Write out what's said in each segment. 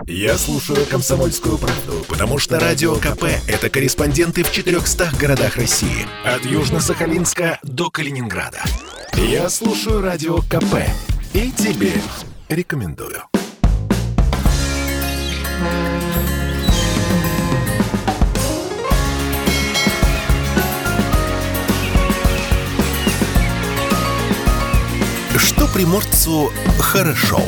Я слушаю «Комсомольскую правду», потому что Радио КП – это корреспонденты в 400 городах России. От Южно-Сахалинска до Калининграда. Я слушаю Радио КП и тебе рекомендую. Что приморцу хорошо.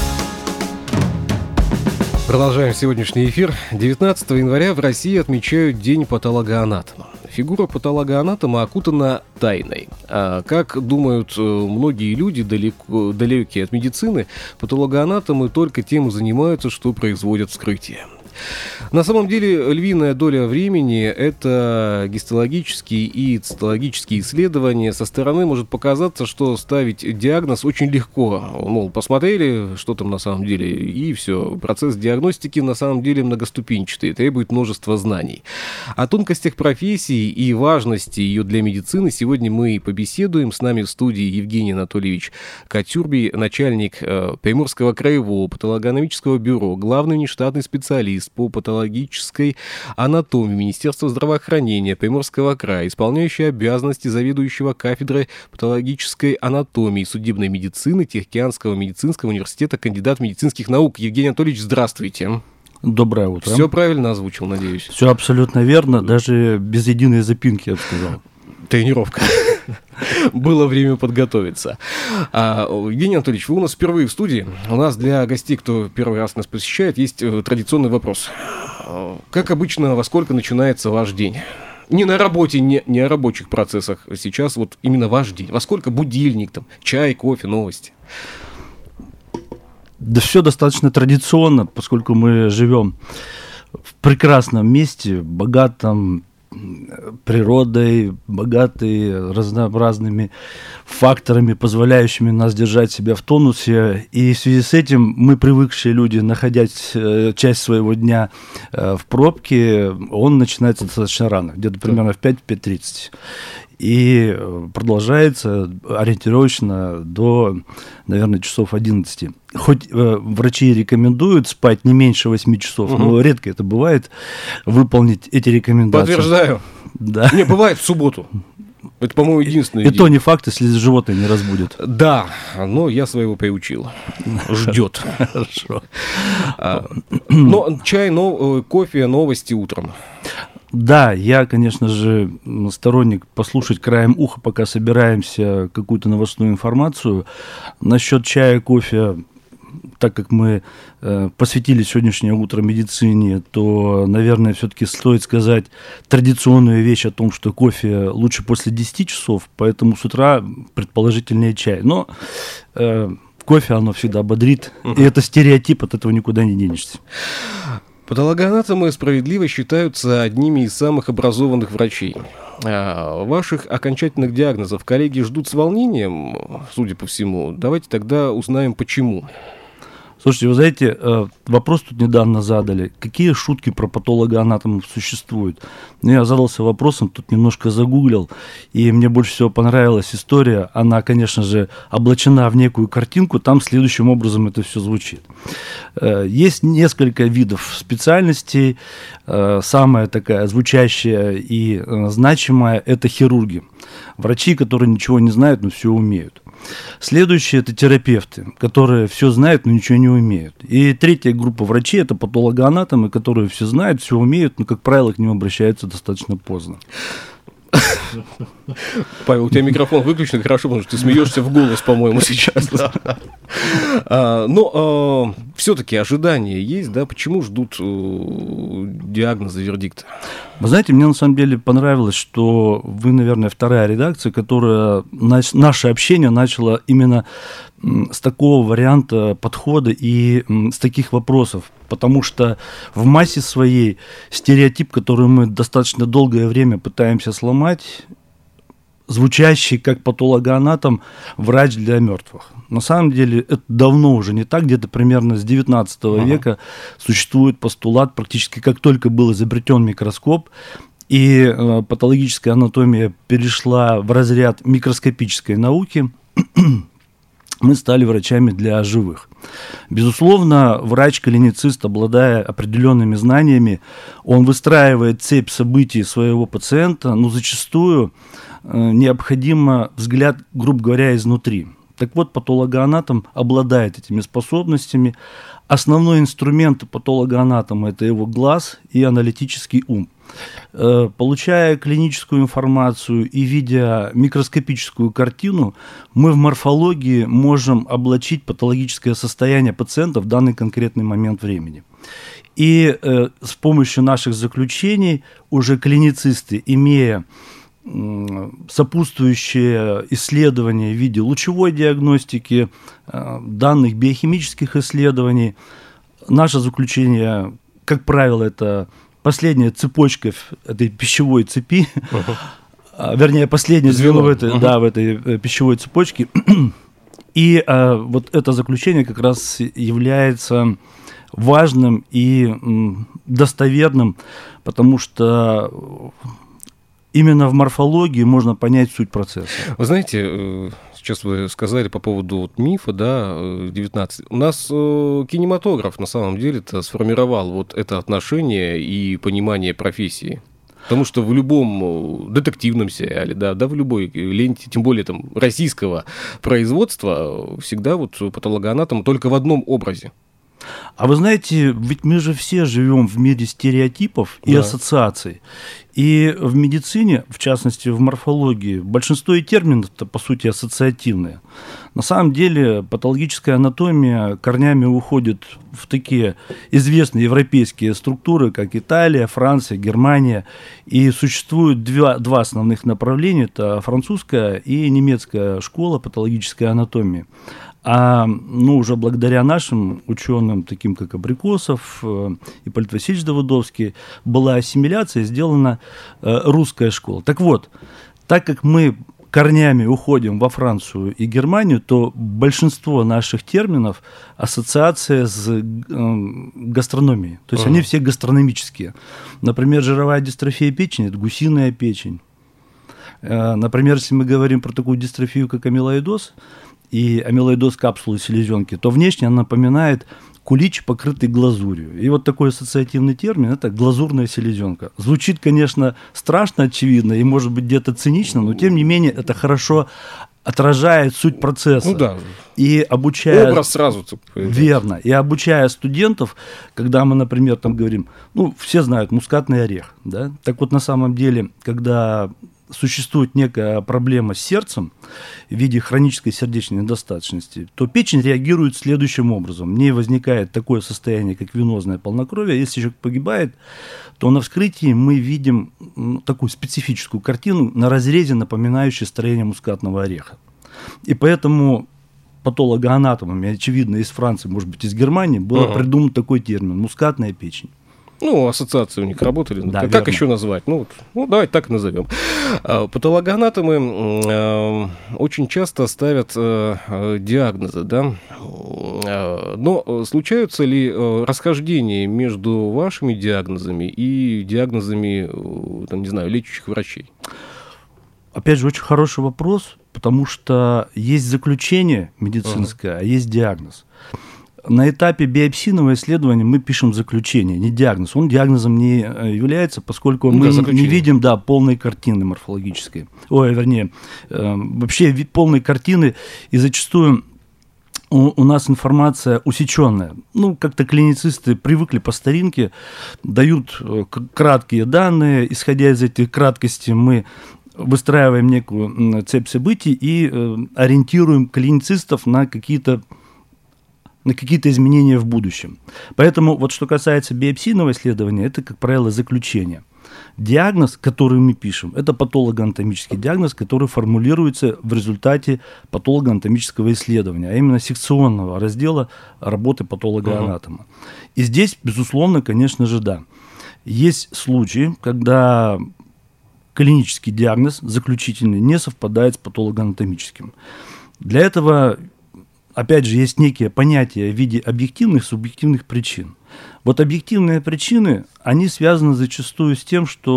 Продолжаем сегодняшний эфир. 19 января в России отмечают День патологоанатома. Фигура патологоанатома окутана тайной. Как думают многие люди, далекие от медицины, патологоанатомы только тем и занимаются, что производят вскрытие. На самом деле, львиная доля времени – это гистологические и цитологические исследования. Со стороны может показаться, что ставить диагноз очень легко. Мол, посмотрели, что там на самом деле, и все. Процесс диагностики на самом деле многоступенчатый, требует множества знаний. О тонкостях профессии и важности ее для медицины сегодня мы побеседуем. С нами в студии Евгений Анатольевич Катюрби, начальник Приморского краевого патологоанатомического бюро, главный внештатный специалист по патологической анатомии Министерства здравоохранения Приморского края, исполняющий обязанности заведующего кафедрой патологической анатомии и судебной медицины Тихоокеанского медицинского университета, кандидат медицинских наук. Евгений Анатольевич, здравствуйте. Доброе утро. Все правильно озвучил, надеюсь? Все абсолютно верно, даже без единой запинки, я бы сказал. Тренировка. Было время подготовиться. Евгений Анатольевич, вы у нас впервые в студии. У нас для гостей, кто первый раз нас посещает, есть традиционный вопрос. Как обычно, во сколько начинается ваш день? Не на работе, не о рабочих процессах. Сейчас вот именно ваш день. Во сколько будильник, там, чай, кофе, новости? Да все достаточно традиционно, поскольку мы живем в прекрасном месте, богатом природой, богатый разнообразными факторами, позволяющими нас держать себя в тонусе. И в связи с этим мы, привыкшие люди, находя часть своего дня в пробке, он начинается достаточно рано, где-то примерно в 5-5:30. И продолжается ориентировочно до, наверное, часов 11. Хоть врачи рекомендуют спать не меньше 8 часов, но редко это бывает, выполнить эти рекомендации. Подтверждаю. Да. Не, бывает в субботу. Это, по-моему, единственный день. И то не факт, если животное не разбудит. Да, но я своего приучил. Ждет. Хорошо. Но чай, кофе, новости утром. Да, я, конечно же, сторонник послушать краем уха, пока собираемся, какую-то новостную информацию. Насчет чая, кофе, так как мы посвятили сегодняшнее утро медицине, то, наверное, все-таки стоит сказать традиционную вещь о том, что кофе лучше после 10 часов, поэтому с утра предположительнее чай. Но кофе, оно всегда бодрит, и это стереотип, от этого никуда не денешься. Патологоанатомы справедливо считаются одними из самых образованных врачей. Ваших окончательных диагнозов коллеги ждут с волнением, судя по всему. Давайте тогда узнаем, почему. Слушайте, вы знаете, вопрос тут недавно задали. Какие шутки про патологоанатомов существуют? Я задался вопросом, тут немножко загуглил, и мне больше всего понравилась история. Она, конечно же, облачена в некую картинку, там следующим образом это все звучит. Есть несколько видов специальностей. Самая такая звучащая и значимая – это хирурги. Врачи, которые ничего не знают, но все умеют. Следующие – это терапевты, которые все знают, но ничего не умеют. И третья группа врачей – это патологоанатомы, которые все знают, все умеют, но, как правило, к ним обращаются достаточно поздно. Павел, у тебя микрофон выключен, хорошо, потому что ты смеешься в голос, по-моему, сейчас. Но все-таки ожидания есть, да? Почему ждут диагноза, вердикта? Вы знаете, мне на самом деле понравилось, что вы, наверное, вторая редакция, которая наше общение начала именно с такого варианта подхода и с таких вопросов. Потому что в массе своей стереотип, который мы достаточно долгое время пытаемся сломать, звучащий как патологоанатом, врач для мертвых. На самом деле это давно уже не так, где-то примерно с 19 века существует постулат, практически как только был изобретен микроскоп, и патологическая анатомия перешла в разряд микроскопической науки, мы стали врачами для живых. Безусловно, врач-клиницист, обладая определенными знаниями, он выстраивает цепь событий своего пациента, но зачастую необходим взгляд, грубо говоря, изнутри. Так вот, патологоанатом обладает этими способностями. Основной инструмент патологоанатома – это его глаз и аналитический ум. Получая клиническую информацию и видя микроскопическую картину, мы в морфологии можем облачить патологическое состояние пациента в данный конкретный момент времени. И с помощью наших заключений уже клиницисты, имея сопутствующие исследования в виде лучевой диагностики, данных биохимических исследований, наше заключение, как правило, это последняя цепочка этой пищевой цепи, вернее, последнее звено в этой пищевой цепочке. И вот это заключение как раз является важным и достоверным, потому что именно в морфологии можно понять суть процесса. Вы знаете, сейчас вы сказали по поводу мифа, да, 19. У нас кинематограф на самом деле-то сформировал вот это отношение и понимание профессии. Потому что в любом детективном сериале, да, в любой ленте, тем более там российского производства, всегда вот патологоанатом только в одном образе. А вы знаете, ведь мы же все живем в мире стереотипов и ассоциаций. И в медицине, в частности в морфологии, большинство и терминов-то по сути ассоциативные. На самом деле патологическая анатомия корнями уходит в такие известные европейские структуры, как Италия, Франция, Германия. И существует два основных направления, это французская и немецкая школа патологической анатомии. А уже благодаря нашим ученым, таким как Абрикосов, Ипполит Васильевич Давыдовский, была ассимиляция, сделана русская школа. Так вот, так как мы корнями уходим во Францию и Германию, то большинство наших терминов ассоциация с гастрономией. То есть они все гастрономические. Например, жировая дистрофия печени – это гусиная печень. Например, если мы говорим про такую дистрофию, как амилоидоз, и амилоидоз капсулы селезенки, то внешне она напоминает кулич, покрытый глазурью. И вот такой ассоциативный термин – это глазурная селезенка. Звучит, конечно, страшно, очевидно, и, может быть, где-то цинично, но, тем не менее, это хорошо отражает суть процесса. Ну да. И обучая... Образ сразу. Верно. И обучая студентов, когда мы, например, там говорим, все знают мускатный орех, да? Так вот, на самом деле, когда существует некая проблема с сердцем в виде хронической сердечной недостаточности, то печень реагирует следующим образом. В ней возникает такое состояние, как венозное полнокровие. Если человек погибает, то на вскрытии мы видим такую специфическую картину на разрезе, напоминающую строение мускатного ореха. И поэтому патологоанатомами, очевидно, из Франции, может быть, из Германии, был придуман такой термин – мускатная печень. Ассоциации у них работали. Да, как еще назвать? Давайте так и назовем. Патологоанатомы очень часто ставят диагнозы, да? Но случаются ли расхождения между вашими диагнозами и диагнозами, лечащих врачей? Опять же, очень хороший вопрос, потому что есть заключение медицинское, а есть диагноз. На этапе биопсийного исследования мы пишем заключение, не диагноз. Он диагнозом не является, поскольку мы не видим полной картины морфологической. Вообще полной картины, и зачастую у нас информация усеченная. Как-то клиницисты привыкли по старинке, дают краткие данные, исходя из этой краткости мы выстраиваем некую цепь событий и ориентируем клиницистов на какие-то изменения в будущем. Поэтому что касается биопсийного исследования, это, как правило, заключение. Диагноз, который мы пишем, это патологоанатомический диагноз, который формулируется в результате патологоанатомического исследования, а именно секционного раздела работы патологоанатома. И здесь, безусловно, конечно же, да. Есть случаи, когда клинический диагноз, заключительный, не совпадает с патологоанатомическим. Для этого, опять же, есть некие понятия в виде объективных и субъективных причин. Объективные причины, они связаны зачастую с тем, что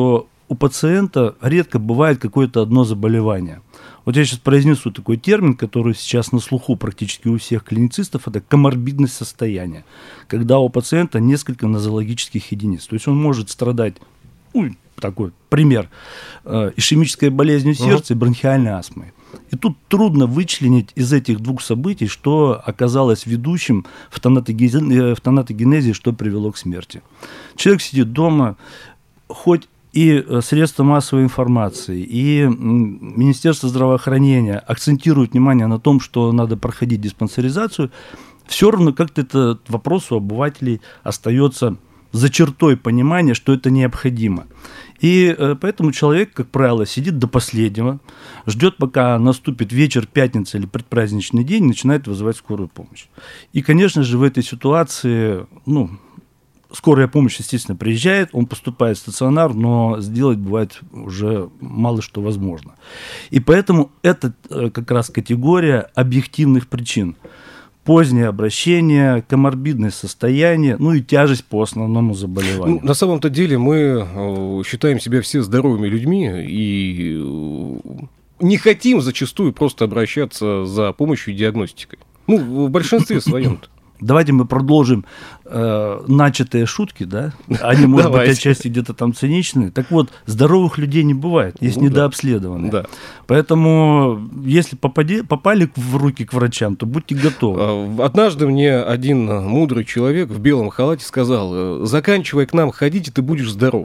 у пациента редко бывает какое-то одно заболевание. Вот я сейчас произнесу такой термин, который сейчас на слуху практически у всех клиницистов, это коморбидность состояния, когда у пациента несколько нозологических единиц. То есть он может страдать, такой пример, ишемической болезнью сердца и бронхиальной астмой. И тут трудно вычленить из этих двух событий, что оказалось ведущим в тонатогенезе, что привело к смерти. Человек сидит дома, хоть и средства массовой информации, и Министерство здравоохранения акцентируют внимание на том, что надо проходить диспансеризацию, все равно как-то этот вопрос у обывателей остается за чертой понимания, что это необходимо. И поэтому человек, как правило, сидит до последнего, ждет, пока наступит вечер пятницы или предпраздничный день, начинает вызывать скорую помощь. И, конечно же, в этой ситуации, скорая помощь, естественно, приезжает, он поступает в стационар, но сделать бывает уже мало что возможно. И поэтому это как раз категория объективных причин. Позднее обращение, коморбидное состояние, и тяжесть по основному заболеванию. На самом-то деле мы считаем себя все здоровыми людьми и не хотим зачастую просто обращаться за помощью и диагностикой. В большинстве своем-то. Давайте мы продолжим начатые шутки, да? Они, может быть, отчасти где-то там циничные. Так вот, здоровых людей не бывает, есть недообследованные. Да. Поэтому, если попали в руки к врачам, то будьте готовы. Однажды мне один мудрый человек в белом халате сказал: заканчивай к нам ходить, и ты будешь здоров.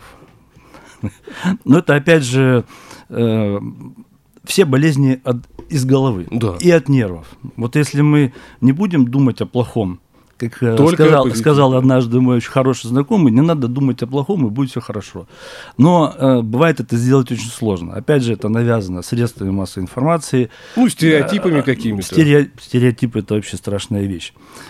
Но это, опять же, все болезни из головы и от нервов. Вот если мы не будем думать о плохом, как сказал однажды мой очень хороший знакомый, не надо думать о плохом, и будет все хорошо. Но бывает это сделать очень сложно. Опять же, это навязано средствами массовой информации. Стереотипами какими-то. Стереотипы – это вообще страшная вещь.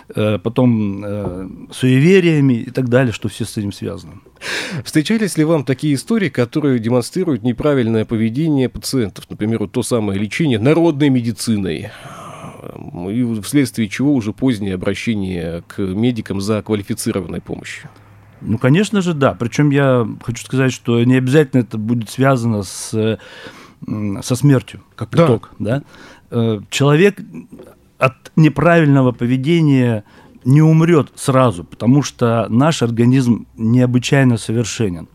Потом суевериями и так далее, что все с этим связано. Встречались ли вам такие истории, которые демонстрируют неправильное поведение пациентов? Например, то самое лечение народной медициной, и вследствие чего уже позднее обращение к медикам за квалифицированной помощью? Конечно же, да. Причем я хочу сказать, что не обязательно это будет связано со смертью, как итог. Да? Человек от неправильного поведения не умрет сразу, потому что наш организм необычайно совершенен.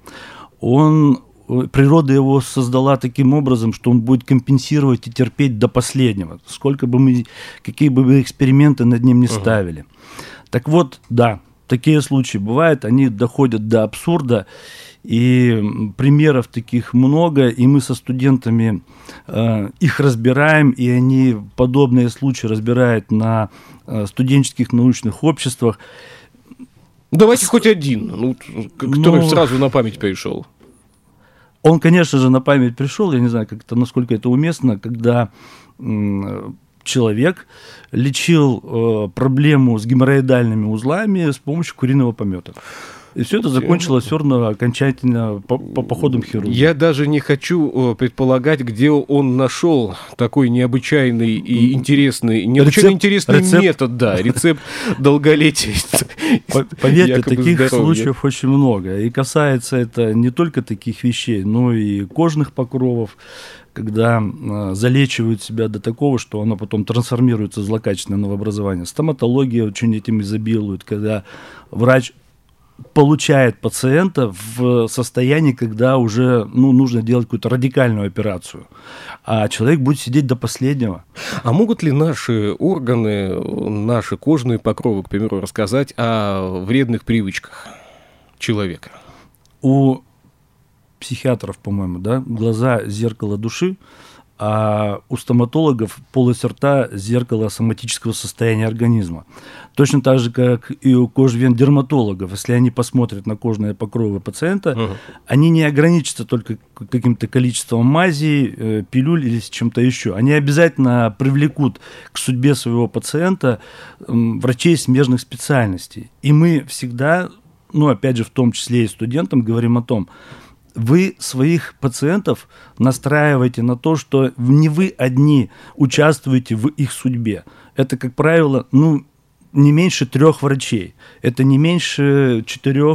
Природа его создала таким образом, что он будет компенсировать и терпеть до последнего, какие бы мы эксперименты над ним ни ставили. Так вот, да, такие случаи бывают, они доходят до абсурда, и примеров таких много, и мы со студентами их разбираем, и они подобные случаи разбирают на студенческих научных обществах. Давайте хоть один, который сразу на память пришел. Он, конечно же, на память пришел, я не знаю, насколько это уместно, когда человек лечил проблему с геморроидальными узлами с помощью куриного помета. И все это закончилось все равно окончательно по походам хирурга. Я даже не хочу предполагать, где он нашел такой необычайный и интересный, метод, рецепт долголетия. Поверьте, таких случаев очень много. И касается это не только таких вещей, но и кожных покровов, когда залечивают себя до такого, что оно потом трансформируется в злокачественное новообразование. Стоматология очень этим изобилует, когда врач получает пациента в состоянии, когда уже нужно делать какую-то радикальную операцию, а человек будет сидеть до последнего. А могут ли наши органы, наши кожные покровы, к примеру, рассказать о вредных привычках человека? У психиатров, по-моему, глаза – зеркало души, а у стоматологов полость рта – зеркало соматического состояния организма. Точно так же, как и у кожвен-дерматологов. Если они посмотрят на кожные покровы пациента, они не ограничатся только каким-то количеством мазей, пилюль или чем-то еще. Они обязательно привлекут к судьбе своего пациента врачей смежных специальностей. И мы всегда, опять же, в том числе и студентам, говорим о том, вы своих пациентов настраиваете на то, что не вы одни участвуете в их судьбе. Это, как правило, не меньше 3 врачей. Это не меньше 4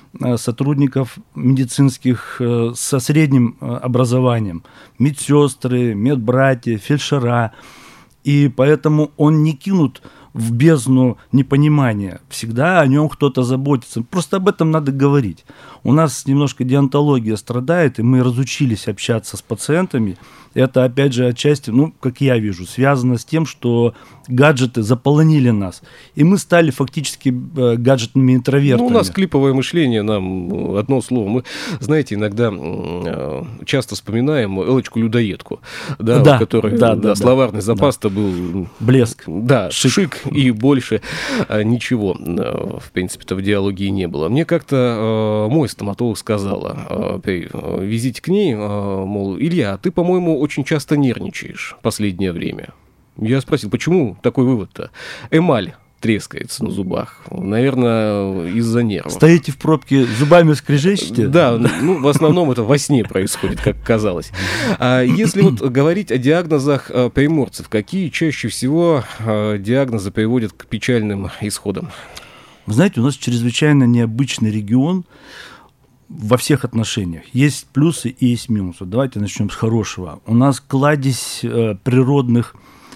сотрудников медицинских со средним образованием, медсестры, медбратья, фельдшера, и поэтому он не кинут в бездну непонимания. Всегда о нем кто-то заботится. Просто об этом надо говорить. У нас немножко деонтология страдает, и мы разучились общаться с пациентами. Это, опять же, отчасти, как я вижу, связано с тем, что гаджеты заполонили нас. И мы стали фактически гаджетными интровертами. У нас клиповое мышление, нам одно слово. Мы, знаете, иногда часто вспоминаем Элочку-людоедку, да, у которой словарный запас-то был... Блеск. Да, шик и больше ничего, в принципе-то, в диалогии не было. Мне как-то мой стоматолог сказала при визите к ней, мол, Илья, ты, по-моему, очень часто нервничаешь в последнее время. Я спросил, почему такой вывод-то? Эмаль трескается на зубах. Наверное, из-за нервов. Стоите в пробке, зубами скрежещете? Да, в основном это во сне происходит, как казалось. А если вот говорить о диагнозах приморцев, какие чаще всего диагнозы приводят к печальным исходам? Вы знаете, у нас чрезвычайно необычный регион во всех отношениях. Есть плюсы и есть минусы. Давайте начнем с хорошего. У нас кладезь природных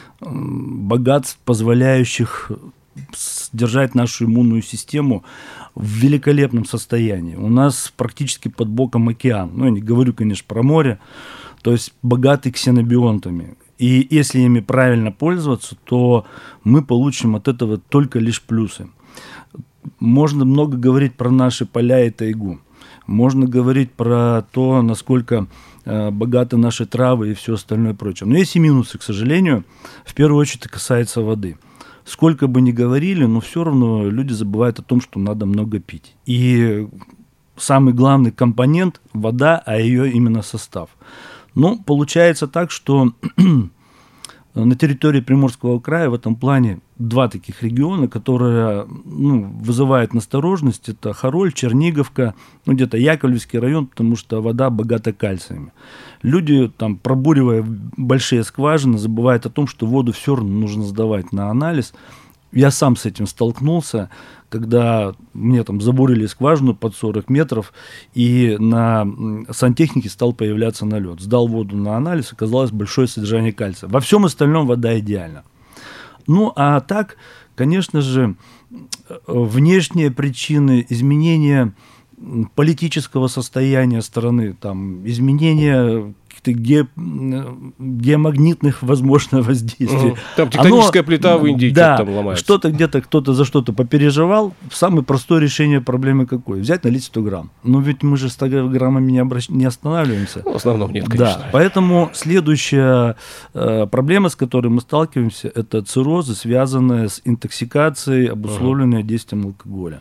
богатств, позволяющих держать нашу иммунную систему в великолепном состоянии. У нас практически под боком океан. Я не говорю, конечно, про море. То есть богатый ксенобионтами. И если ими правильно пользоваться, то мы получим от этого только лишь плюсы. Можно много говорить про наши поля и тайгу. Можно говорить про то, насколько богаты наши травы и все остальное прочее. Но есть и минусы, к сожалению. В первую очередь это касается воды. Сколько бы ни говорили, но все равно люди забывают о том, что надо много пить. И самый главный компонент – вода, а ее именно состав. Получается так, что на территории Приморского края в этом плане два таких региона, которые вызывают настороженность. Это Хароль, Черниговка, где-то Яковлевский район, потому что вода богата кальциями. Люди, там, пробуривая большие скважины, забывают о том, что воду все равно нужно сдавать на анализ. Я сам с этим столкнулся, когда мне там забурили скважину под 40 метров, и на сантехнике стал появляться налет. Сдал воду на анализ, оказалось большое содержание кальция. Во всем остальном вода идеальна. А так, конечно же, внешние причины, изменения политического состояния страны, там, изменения каких-то геомагнитных, возможно, воздействий. Там тектоническая плита в Индии что-то там ломается. Что-то где-то кто-то за что-то попереживал. Самое простое решение проблемы какое? Взять, налить 100 грамм. Но ведь мы же 100 граммами не останавливаемся. В основном нет, конечно. Да, поэтому следующая проблема, с которой мы сталкиваемся, это циррозы, связанные с интоксикацией, обусловленные действием алкоголя.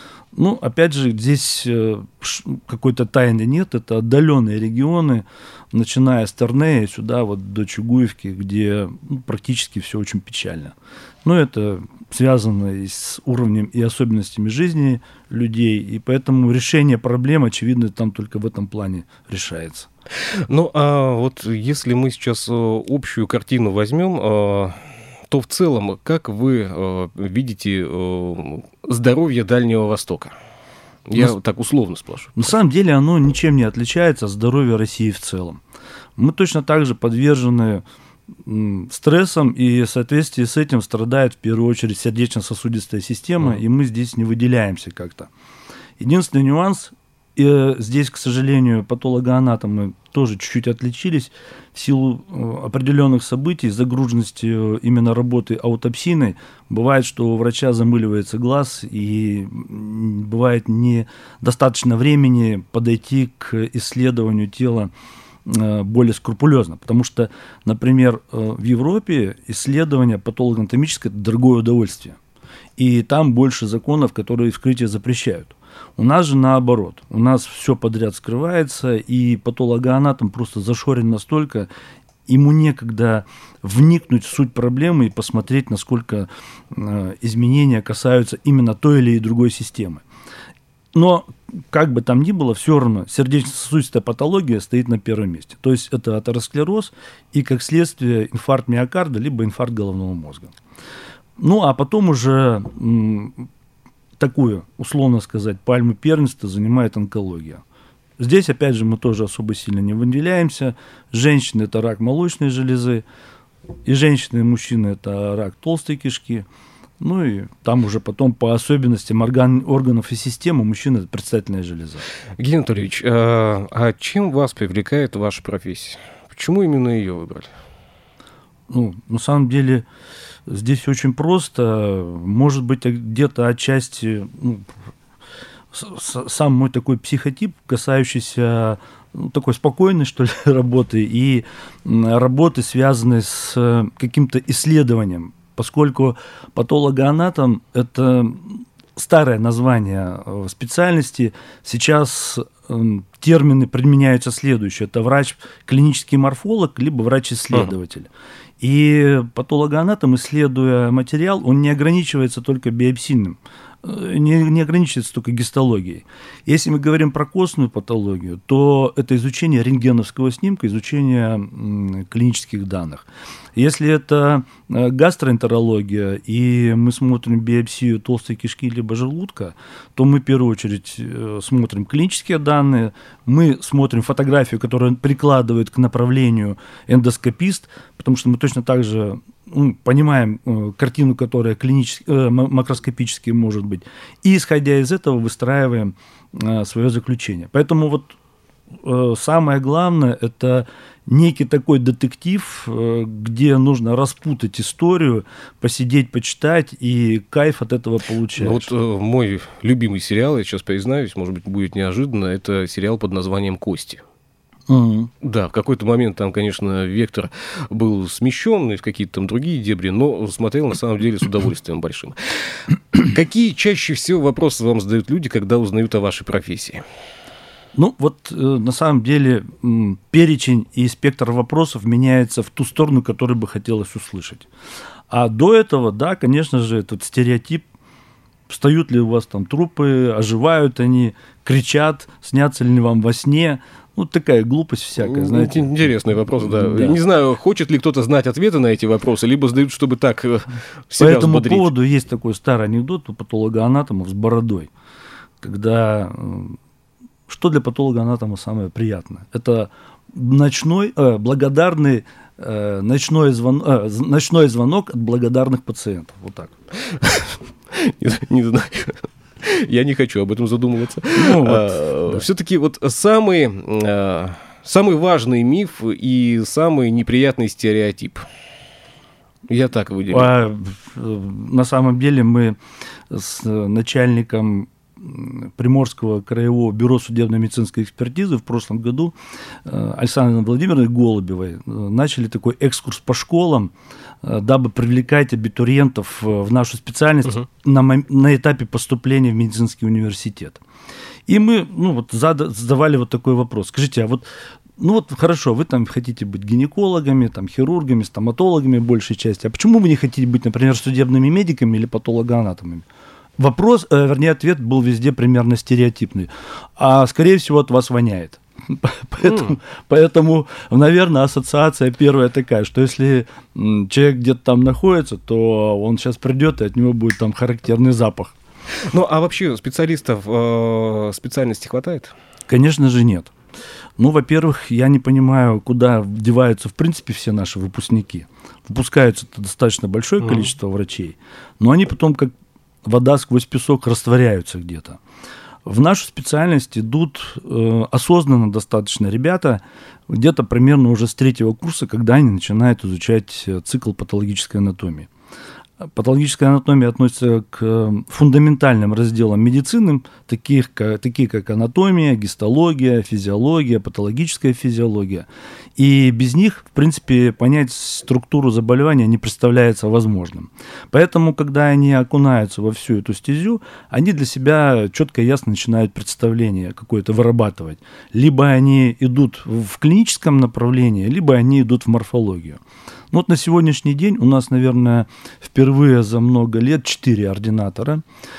Опять же, здесь какой-то тайны нет, это отдаленные регионы, начиная с Торнея сюда до Чугуевки, где практически все очень печально. Это связано и с уровнем и особенностями жизни людей, и поэтому решение проблем, очевидно, там только в этом плане решается. А вот если мы сейчас общую картину возьмем, то в целом, как вы видите здоровье Дальнего Востока? Я так условно спрашиваю. На самом деле оно ничем не отличается от здоровья России в целом. Мы точно так же подвержены стрессам, и в соответствии с этим страдает в первую очередь сердечно-сосудистая система, и мы здесь не выделяемся как-то. Единственный нюанс, и здесь, к сожалению, патологоанатомы тоже чуть-чуть отличились в силу определенных событий, загруженности именно работы аутопсиной. Бывает, что у врача замыливается глаз, и бывает недостаточно времени подойти к исследованию тела более скрупулезно. Потому что, например, в Европе исследование патологоанатомическое – это дорогое удовольствие. И там больше законов, которые вскрытие запрещают. У нас же наоборот. У нас все подряд скрывается, и патологоанатом просто зашорен настолько, ему некогда вникнуть в суть проблемы и посмотреть, насколько изменения касаются именно той или другой системы. Но, как бы там ни было, все равно сердечно-сосудистая патология стоит на первом месте. То есть это атеросклероз и, как следствие, инфаркт миокарда, либо инфаркт головного мозга. А потом уже такую, условно сказать, пальму первенства занимает онкология. Здесь, опять же, мы тоже особо сильно не выделяемся. Женщины – это рак молочной железы, и женщины, и мужчины – это рак толстой кишки. Ну и там уже потом по особенностям органов и систем у мужчин это предстательная железа. Евгений Анатольевич, а чем вас привлекает ваша профессия? Почему именно ее выбрали? Ну, на самом деле, здесь очень просто. Может быть, где-то отчасти сам мой такой психотип, касающийся такой спокойной, что ли, работы и работы, связанной с каким-то исследованием. Поскольку патологоанатом – это старое название специальности, сейчас термины применяются следующие. Это врач, клинический морфолог, либо врач-исследователь. И патологоанатом, исследуя материал, он не ограничивается только биопсийным, не ограничивается только гистологией. Если мы говорим про костную патологию, то это изучение рентгеновского снимка, изучение клинических данных. Если это гастроэнтерология, и мы смотрим биопсию толстой кишки либо желудка, то мы в первую очередь смотрим клинические данные, мы смотрим фотографию, которую прикладывает к направлению эндоскопист, потому что мы точно так же понимаем картину, которая макроскопически может быть, и, исходя из этого, выстраиваем свое заключение. Поэтому вот самое главное – это некий такой детектив, где нужно распутать историю, посидеть, почитать, и кайф от этого получаешь. Вот мой любимый сериал, я сейчас признаюсь, может быть, будет неожиданно, это сериал под названием «Кости». Да, в какой-то момент там, конечно, вектор был смещен в какие-то там другие дебри, но смотрел, на самом деле, с удовольствием большим. Какие чаще всего вопросы вам задают люди, когда узнают о вашей профессии? Ну, вот на самом деле перечень и спектр вопросов меняется в ту сторону, которую бы хотелось услышать. А до этого, да, конечно же, этот стереотип, встают ли у вас там трупы, оживают они, кричат, снятся ли вам во сне. Ну, такая глупость всякая, знаете. Интересный вопрос, да. Да. Не знаю, хочет ли кто-то знать ответы на эти вопросы, либо задают, чтобы так себя По этому взбодрить. поводу есть такой старый анекдот у патологоанатомов с бородой, когда что для патологоанатома самое приятное? Это благодарный ночной звонок от благодарных пациентов. Вот так. Не знаю. Я не хочу об этом задумываться. Да. Все-таки вот самый важный миф и самый неприятный стереотип. Я так выделю. На самом деле мы с начальником Приморского краевого бюро судебно-медицинской экспертизы в прошлом году Александрой Владимировной Голубевой начали такой экскурс по школам, дабы привлекать абитуриентов в нашу специальность на этапе поступления в медицинский университет. И мы задавали вот такой вопрос. Скажите, а вот хорошо, вы там хотите быть гинекологами, там, хирургами, стоматологами большей части, а почему вы не хотите быть, например, судебными медиками или патологоанатомами? Ответ был везде примерно стереотипный. А, скорее всего, от вас воняет. Поэтому, наверное, ассоциация первая такая, что если человек где-то там находится, то он сейчас придет, и от него будет там характерный запах. Ну, а вообще специалистов специальности хватает? Конечно же, нет. Ну, во-первых, я не понимаю, куда деваются, в принципе, все наши выпускники. Выпускаются достаточно большое количество врачей, но они потом, как вода сквозь песок, растворяются где-то. В нашу специальность идут осознанно достаточно ребята, где-то примерно уже с 3-го курса, когда они начинают изучать цикл патологической анатомии. Патологическая анатомия относится к фундаментальным разделам медицины, такие как анатомия, гистология, физиология, патологическая физиология. И без них, в принципе, понять структуру заболевания не представляется возможным. Поэтому, когда они окунаются во всю эту стезю, они для себя четко и ясно начинают представление какое-то вырабатывать. Либо они идут в клиническом направлении, либо они идут в морфологию. Ну, вот на сегодняшний день у нас, наверное, впервые за много лет 4 ординатора.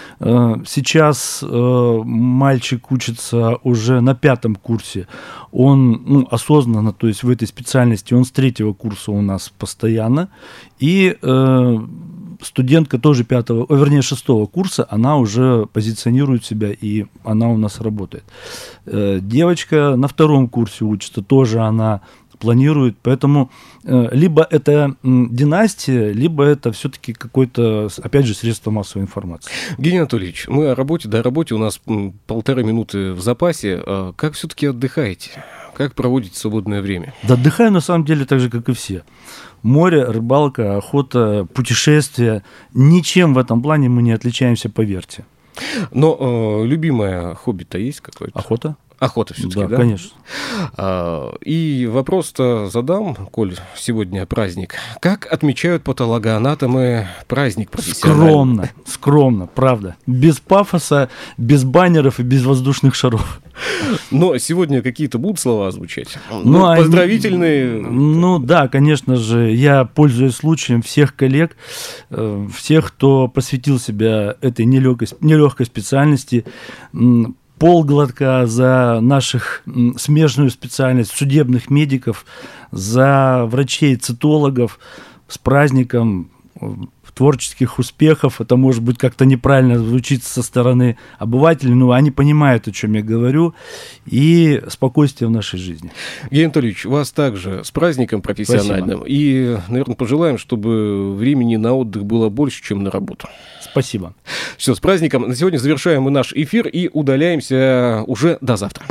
Сейчас мальчик учится уже на 5-м курсе. Он осознанно, то есть в этой специальности, он с 3-го курса у нас постоянно. И студентка тоже 6 курса, она уже позиционирует себя, и она у нас работает. Девочка на 2 курсе учится, тоже она планирует, поэтому либо это династия, либо это все-таки какое-то, опять же, средство массовой информации. Евгений Анатольевич, мы о работе, до работы у нас 1,5 минуты в запасе. Как все-таки отдыхаете? Как проводите свободное время? Да отдыхаю на самом деле так же, как и все. Море, рыбалка, охота, путешествия. Ничем в этом плане мы не отличаемся, поверьте. Но любимое хобби-то есть какое-то? Охота? Охота все-таки, да? Конечно. И вопрос-то задам, коль сегодня праздник. Как отмечают патологоанатомы праздник профессиональный? Скромно, правда. Без пафоса, без баннеров и без воздушных шаров. Но сегодня какие-то будут слова звучать? Поздравительные? Да, конечно же. Я, пользуясь случаем, всех коллег, всех, кто посвятил себя этой нелегкой специальности, полглотка за наших смежную специальность судебных медиков, за врачей-цитологов с праздником, творческих успехов. Это, может быть, как-то неправильно звучит со стороны обывателей, но они понимают, о чем я говорю, и спокойствие в нашей жизни. Евгений Анатольевич, вас также с праздником профессиональным. Спасибо. И, наверное, пожелаем, чтобы времени на отдых было больше, чем на работу. Спасибо. Все, с праздником. На сегодня завершаем мы наш эфир и удаляемся уже до завтра.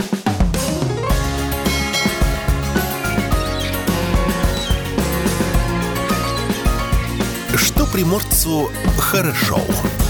Что приморцу хорошо.